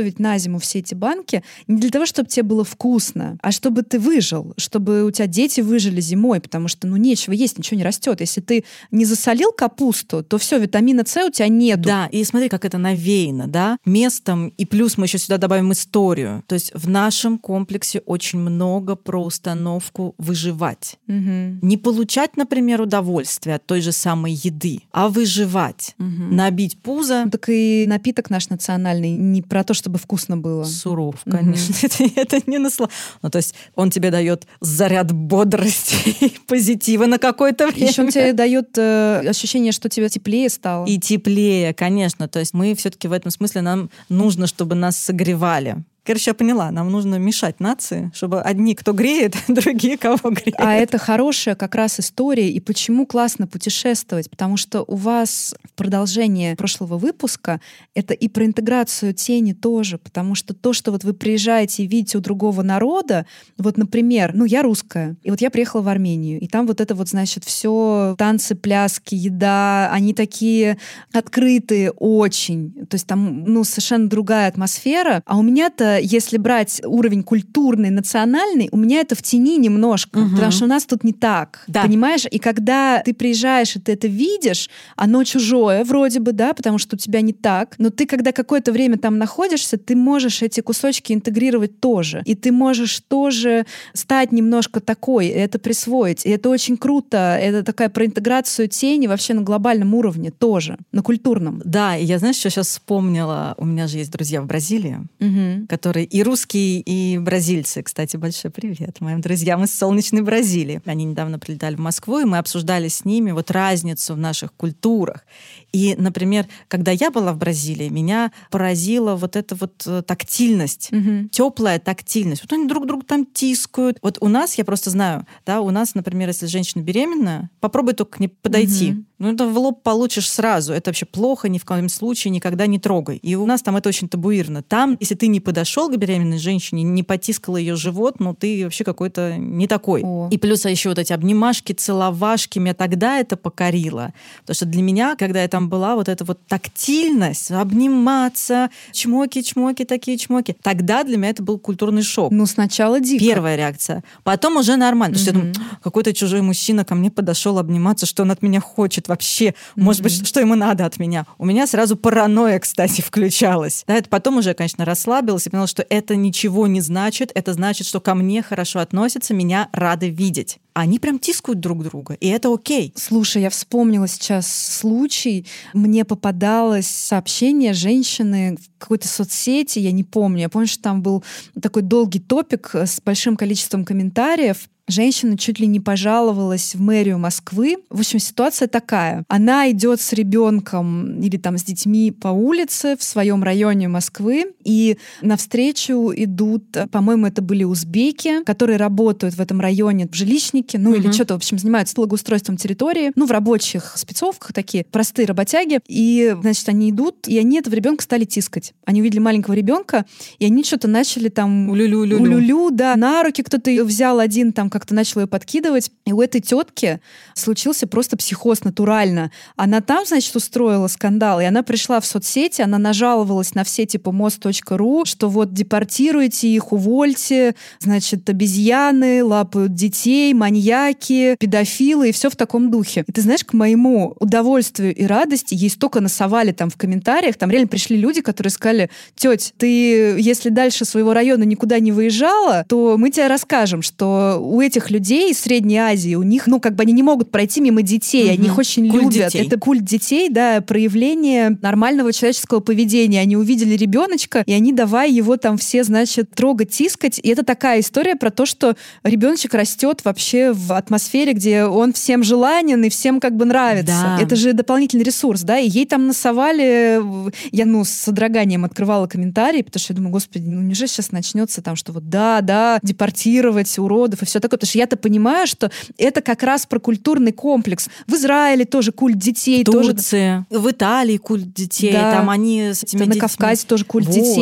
готовить на зиму все эти банки не для того, чтобы тебе было вкусно, а чтобы ты выжил, чтобы у тебя дети выжили зимой, потому что, нечего есть, ничего не растет. Если ты не засолил капусту, то все, витамина С у тебя нету. Да, и смотри, как это навеяно, да, местом, и плюс мы еще сюда добавим историю. То есть в нашем комплексе очень много про установку выживать. Не получать, например, удовольствие от той же самой еды, а выживать, набить пузо. Так и напиток наш национальный не про то, чтобы вкусно было. Суров, конечно. Это не наслаждение. То есть он тебе дает заряд бодрости и позитива на какое-то время. Еще он тебе дает ощущение, что тебе теплее стало. И теплее, конечно. То есть мы все-таки в этом смысле, нам нужно, чтобы нас согревали. Короче, я поняла, нам нужно мешать нации, чтобы одни кто греет, другие кого греют. А это хорошая как раз история. И почему классно путешествовать? Потому что у вас в продолжении прошлого выпуска это и про интеграцию тени тоже. Потому что то, что вот вы приезжаете и видите у другого народа, вот, например, я русская, и вот я приехала в Армению, и там вот это вот, значит, все танцы, пляски, еда, они такие открытые очень. То есть там, совершенно другая атмосфера. А у меня-то, если брать уровень культурный, национальный, у меня это в тени немножко, потому что у нас тут не так, понимаешь? И когда ты приезжаешь, и ты это видишь, оно чужое вроде бы, да, потому что у тебя не так, но ты, когда какое-то время там находишься, ты можешь эти кусочки интегрировать тоже, и ты можешь тоже стать немножко такой, и это присвоить, и это очень круто, это такая про интеграцию тени вообще на глобальном уровне тоже, на культурном. Да, и я, знаешь, что сейчас вспомнила? У меня же есть друзья в Бразилии, которые и русские, и бразильцы. Кстати, большой привет моим друзьям из солнечной Бразилии. Они недавно прилетали в Москву, и мы обсуждали с ними вот разницу в наших культурах. И, например, когда я была в Бразилии, меня поразила вот эта вот тактильность, теплая тактильность. Вот они друг друга там тискают. Вот у нас, я просто знаю, да, у нас, например, если женщина беременна, попробуй только к ней подойти. Это в лоб получишь сразу. Это вообще плохо, ни в коем случае никогда не трогай. И у нас там это очень табуировано. Там, если ты не подошел к беременной женщине, не потискал ее живот, ты вообще какой-то не такой. И плюс еще вот эти обнимашки, целовашки, меня тогда это покорило. Потому что для меня, когда я там была, вот эта вот тактильность, обниматься, чмоки, такие чмоки, тогда для меня это был культурный шок. Сначала дико. Первая реакция. Потом уже нормально. Потому что я думаю, какой-то чужой мужчина ко мне подошел обниматься, что он от меня хочет вообще. Может быть, что ему надо от меня. У меня сразу паранойя, кстати, включалась. Да, это потом уже, конечно, расслабилась и поняла, что это ничего не значит. Это значит, что ко мне хорошо относятся, меня рады видеть. Они прям тискают друг друга, и это окей. Слушай, я вспомнила сейчас случай. Мне попадалось сообщение женщины в какой-то соцсети, я не помню. Я помню, что там был такой долгий топик с большим количеством комментариев. Женщина чуть ли не пожаловалась в мэрию Москвы. В общем, ситуация такая. Она идет с ребенком или там с детьми по улице в своем районе Москвы, и навстречу идут, по-моему, это были узбеки, которые работают в этом районе в жилищнике, или что-то, в общем, занимаются благоустройством территории, в рабочих спецовках такие, простые работяги. И, значит, они идут, и они этого ребенка стали тискать. Они увидели маленького ребенка, и они что-то начали там... Улю-лю, да. На руки кто-то взял один, там как-то начал ее подкидывать. И у этой тетки случился просто психоз натурально. Она там, значит, устроила скандал, и она пришла в соцсети, она нажаловалась на все типа мост.ру, что вот депортируйте их, увольте, значит, обезьяны лапают детей, маньяки, педофилы и все в таком духе. И ты знаешь, к моему удовольствию и радости ей столько насовали там в комментариях, там реально пришли люди, которые сказали: тетя, ты если дальше своего района никуда не выезжала, то мы тебе расскажем, что у этих людей из Средней Азии, у них, они не могут пройти мимо детей, они их очень культ любят. Детей. Это культ детей, да, проявление нормального человеческого поведения. Они увидели ребеночка, и они давай его там все, значит, трогать, тискать. И это такая история про то, что ребеночек растет вообще в атмосфере, где он всем желанен и всем как бы нравится. Да. Это же дополнительный ресурс, да, и ей там насовали... Я, с содроганием открывала комментарии, потому что я думаю, господи, неужели сейчас начнется там, что вот да, депортировать уродов и все такое. Потому что я-то понимаю, что это как раз про культурный комплекс. В Израиле тоже культ детей. В Турции, в Италии культ детей. Да. Там они с этими на детьми... Кавказе тоже культ детей.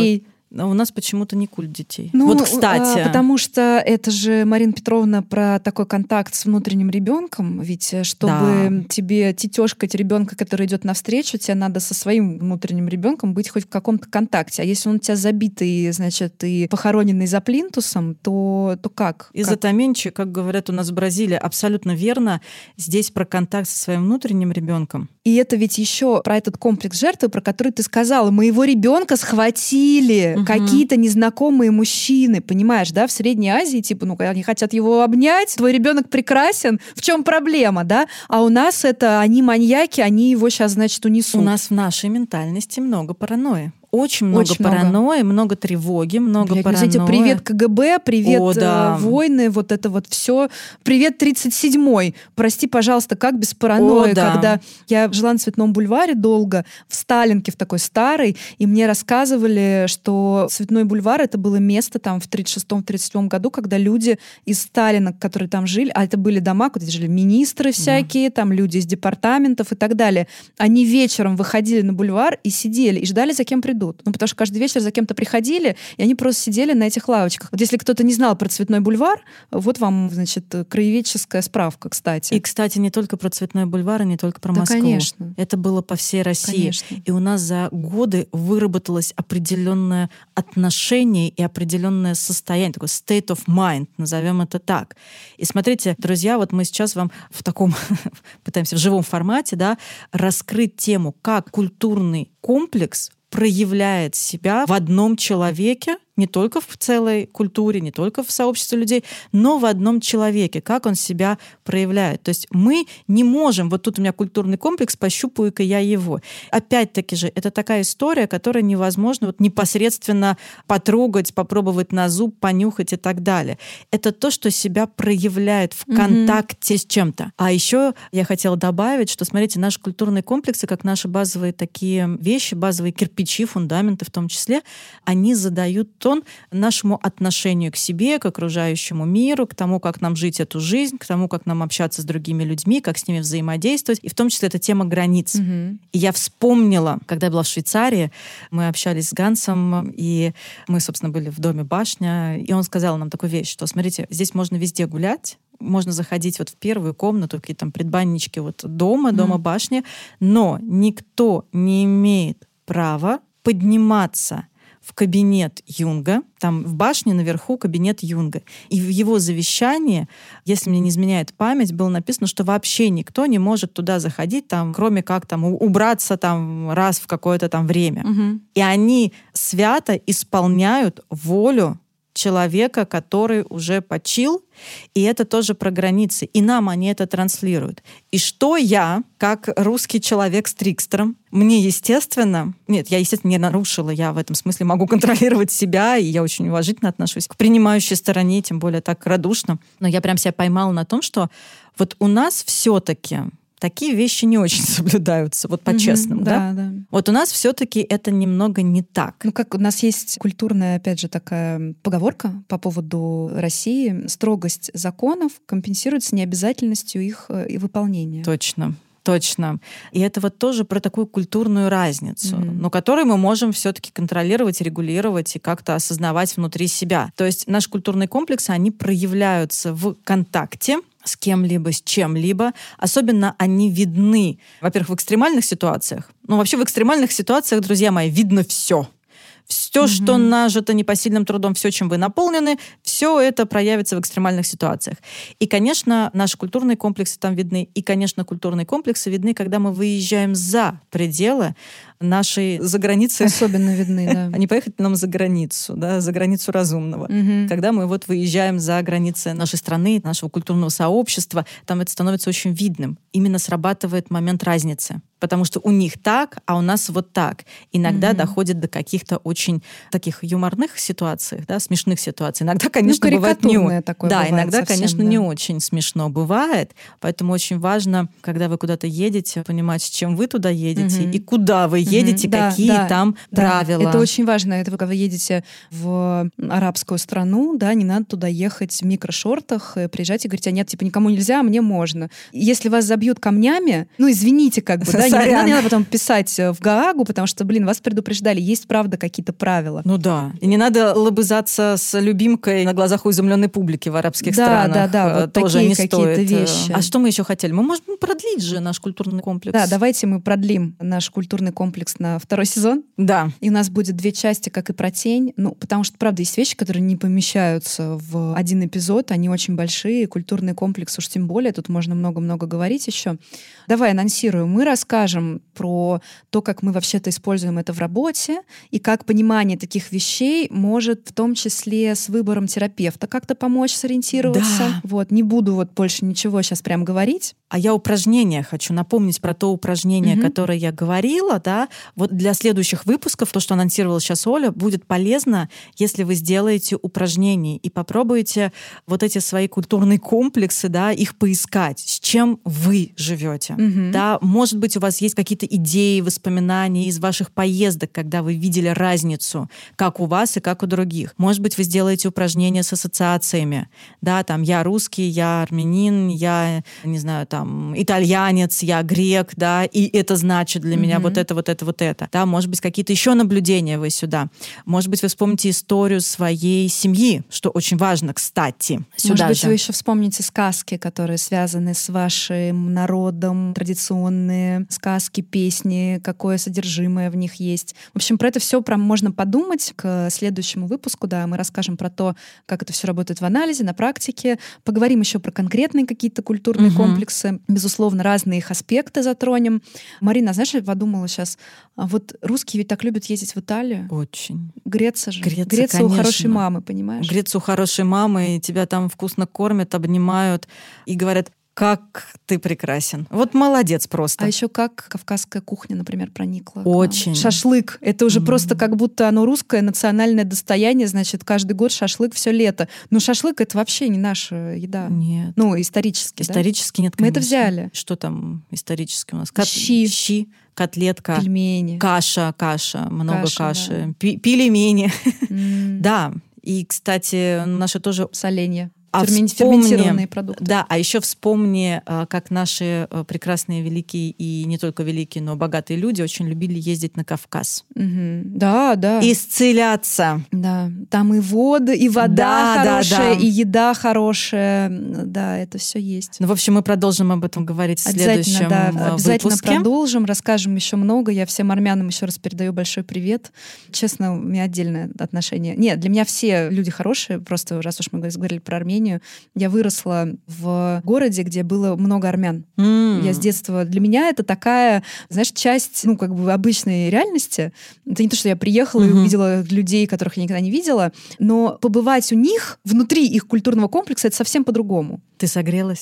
А у нас почему-то не культ детей. Вот, кстати. Потому что это же, Марина Петровна, про такой контакт с внутренним ребенком. Ведь чтобы тебе тетёшкать ребенка, который идет навстречу, тебе надо со своим внутренним ребенком быть хоть в каком-то контакте. А если он у тебя забитый, значит, и похороненный за плинтусом, то как? Изотаменчи, как говорят у нас в Бразилии, абсолютно верно. Здесь про контакт со своим внутренним ребенком. И это ведь еще про этот комплекс жертвы, про который ты сказала. Моего ребенка схватили какие-то незнакомые мужчины, понимаешь, да, в Средней Азии, типа, они хотят его обнять, твой ребенок прекрасен, в чем проблема, да? А у нас это они маньяки, они его сейчас, значит, унесут. У нас в нашей ментальности много паранойи. Очень много паранойи, много тревоги, много паранойи. Знаете, привет КГБ, привет войны, вот это вот все. Привет 37-й. Прости, пожалуйста, как без паранойи, когда я жила на Цветном бульваре долго, в Сталинке, в такой старой, и мне рассказывали, что Цветной бульвар — это было место там в 36-37 году, когда люди из Сталинок, которые там жили, а это были дома, куда жили министры всякие, там люди из департаментов и так далее, они вечером выходили на бульвар и сидели, и ждали, за кем придут. Потому что каждый вечер за кем-то приходили, и они просто сидели на этих лавочках. Вот если кто-то не знал про Цветной бульвар, вот вам, значит, краеведческая справка, кстати. И, кстати, не только про Цветной бульвар, и не только про Москву. Конечно. Это было по всей России. Конечно. И у нас за годы выработалось определенное отношение и определенное состояние, такой state of mind, назовем это так. И смотрите, друзья, вот мы сейчас вам в таком, пытаемся в живом формате, да, раскрыть тему, как культурный комплекс проявляет себя в одном человеке, не только в целой культуре, не только в сообществе людей, но в одном человеке, как он себя проявляет. То есть мы не можем, вот тут у меня культурный комплекс, пощупаю-ка я его. Опять-таки же, это такая история, которую невозможно вот непосредственно потрогать, попробовать на зуб, понюхать и так далее. Это то, что себя проявляет в контакте с чем-то. А еще я хотела добавить, что, смотрите, наши культурные комплексы, как наши базовые такие вещи, базовые кирпичи, фундаменты в том числе, они задают тон нашему отношению к себе, к окружающему миру, к тому, как нам жить эту жизнь, к тому, как нам общаться с другими людьми, как с ними взаимодействовать. И в том числе это тема границ. И я вспомнила, когда я была в Швейцарии, мы общались с Гансом, и мы, собственно, были в доме «Башня», и он сказал нам такую вещь, что, смотрите, здесь можно везде гулять, можно заходить вот в первую комнату, какие-то там предбаннички вот дома «Башни», но никто не имеет права подниматься в кабинет Юнга, там в башне наверху кабинет Юнга. И в его завещании, если мне не изменяет память, было написано, что вообще никто не может туда заходить, там, кроме как там, убраться там, раз в какое-то там время. И они свято исполняют волю человека, который уже почил, и это тоже про границы. И нам они это транслируют. И что я, как русский человек с трикстером, мне, естественно... Нет, я, естественно, не нарушила. Я в этом смысле могу контролировать себя, и я очень уважительно отношусь к принимающей стороне, тем более так радушно. Но я прям себя поймала на том, что вот у нас все-таки такие вещи не очень соблюдаются, вот по-честному, да? Вот у нас все-таки это немного не так. Ну, как у нас есть культурная, опять же, такая поговорка по поводу России. Строгость законов компенсируется необязательностью их выполнения. Точно. И это вот тоже про такую культурную разницу, но которую мы можем все-таки контролировать, регулировать и как-то осознавать внутри себя. То есть наши культурные комплексы, они проявляются в контакте с кем-либо, с чем-либо. Особенно они видны, во-первых, в экстремальных ситуациях. Ну, вообще в экстремальных ситуациях, друзья мои, видно все. Все, что нажито непосильным трудом, все, чем вы наполнены, все это проявится в экстремальных ситуациях. И, конечно, наши культурные комплексы там видны. И, конечно, культурные комплексы видны, когда мы выезжаем за пределы нашей заграницы. Особенно видны, да. А не поехать нам за границу, да, за границу разумного. Когда мы вот выезжаем за границы нашей страны, нашего культурного сообщества, там это становится очень видным. Именно срабатывает момент разницы. Потому что у них так, а у нас вот так. Иногда доходит до каких-то очень таких юморных ситуаций, да, смешных ситуаций. Иногда, конечно, бывает не очень. Да, иногда, совсем, конечно, не очень смешно бывает. Поэтому очень важно, когда вы куда-то едете, понимать, с чем вы туда едете и куда вы едете, какие там правила. Это очень важно. Это вы, когда едете в арабскую страну, да, не надо туда ехать в микрошортах, приезжать и говорить, нет, никому нельзя, а мне можно. Если вас забьют камнями, извините, да, не надо потом писать в Гаагу, потому что, вас предупреждали, есть, правда, какие-то правила. Ну да. И не надо лобызаться с любимкой на глазах у изумленной публики в арабских странах. Да, вот тоже такие не какие-то стоит. Вещи. А что мы еще хотели? Мы можем продлить же наш культурный комплекс. Да, давайте мы продлим наш культурный комплекс на 2-й сезон. Да. И у нас будет 2 части, как и про тень. Потому что, правда, есть вещи, которые не помещаются в один эпизод, они очень большие, культурный комплекс уж тем более, тут можно много-много говорить еще. Давай анонсируем. Мы расскажем про то, как мы вообще-то используем это в работе, и как понимание таких вещей может в том числе с выбором терапевта как-то помочь сориентироваться. Да. Не буду больше ничего сейчас прям говорить. А я упражнение хочу напомнить про то упражнение, которое я говорила, да. Для следующих выпусков, то, что анонсировала сейчас Оля, будет полезно, если вы сделаете упражнения и попробуете эти свои культурные комплексы, да, их поискать, с чем вы живете. Да, может быть, у вас есть какие-то идеи, воспоминания из ваших поездок, когда вы видели разницу, как у вас и как у других. Может быть, вы сделаете упражнения с ассоциациями. Да, я русский, я армянин, я, не знаю, итальянец, я грек, да, и это значит для меня вот это. Да, может быть, какие-то еще наблюдения вы сюда. Может быть, вы вспомните историю своей семьи, что очень важно, кстати. Может быть, вы еще вспомните сказки, которые связаны с вашим народом, традиционные сказки, песни, какое содержимое в них есть. В общем, про это все можно подумать к следующему выпуску, да, мы расскажем про то, как это все работает в анализе, на практике, поговорим еще про конкретные какие-то культурные комплексы, безусловно, разные их аспекты затронем. Марина, знаешь, я подумала сейчас, русские ведь так любят ездить в Италию. Очень. Греться же. Греться у хорошей мамы, понимаешь? Греться у хорошей мамы, и тебя там вкусно кормят, обнимают и говорят, как ты прекрасен. Молодец просто. А еще как кавказская кухня, например, проникла. Очень. Шашлык. Это уже просто как будто оно русское национальное достояние, значит, каждый год шашлык все лето. Но шашлык — это вообще не наша еда. Нет. Исторически, Исторически, да? Нет, конечно. Мы это взяли. Что там исторически у нас? Щи. Котлетка. Пельмени. Каша, много каши. Да. Пельмени. Да. И, кстати, наши тоже... Соленья. Ферментированные продукты. Да, а еще вспомни, как наши прекрасные, великие и не только великие, но богатые люди очень любили ездить на Кавказ. Да. Исцеляться. Да, там и вода, и вода хорошая, и еда хорошая. Да, это все есть. В общем, мы продолжим об этом говорить в следующем выпуске. Обязательно продолжим, расскажем еще много. Я всем армянам еще раз передаю большой привет. Честно, у меня отдельное отношение. Нет, для меня все люди хорошие, просто раз уж мы говорили про Армению, я выросла в городе, где было много армян. Я с детства... Для меня это такая, знаешь, часть, обычной реальности. Это не то, что я приехала и увидела людей, которых я никогда не видела, но побывать у них, внутри их культурного комплекса, это совсем по-другому. Ты согрелась?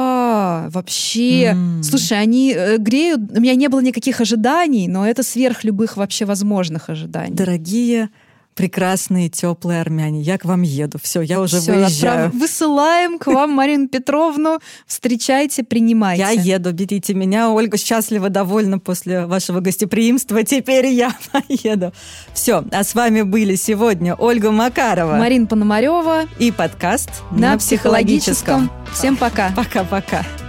Да, вообще. Слушай, они греют... У меня не было никаких ожиданий, но это сверх любых вообще возможных ожиданий. Дорогие прекрасные, теплые армяне. Я к вам еду. Все, я уже выезжаю. Высылаем к вам Марину Петровну. Встречайте, принимайте. Я еду, берите меня. Ольга счастлива, довольна после вашего гостеприимства. Теперь я поеду. Все, а с вами были сегодня Ольга Макарова, Марина Пономарева и подкаст «На психологическом». Всем пока. Пока-пока.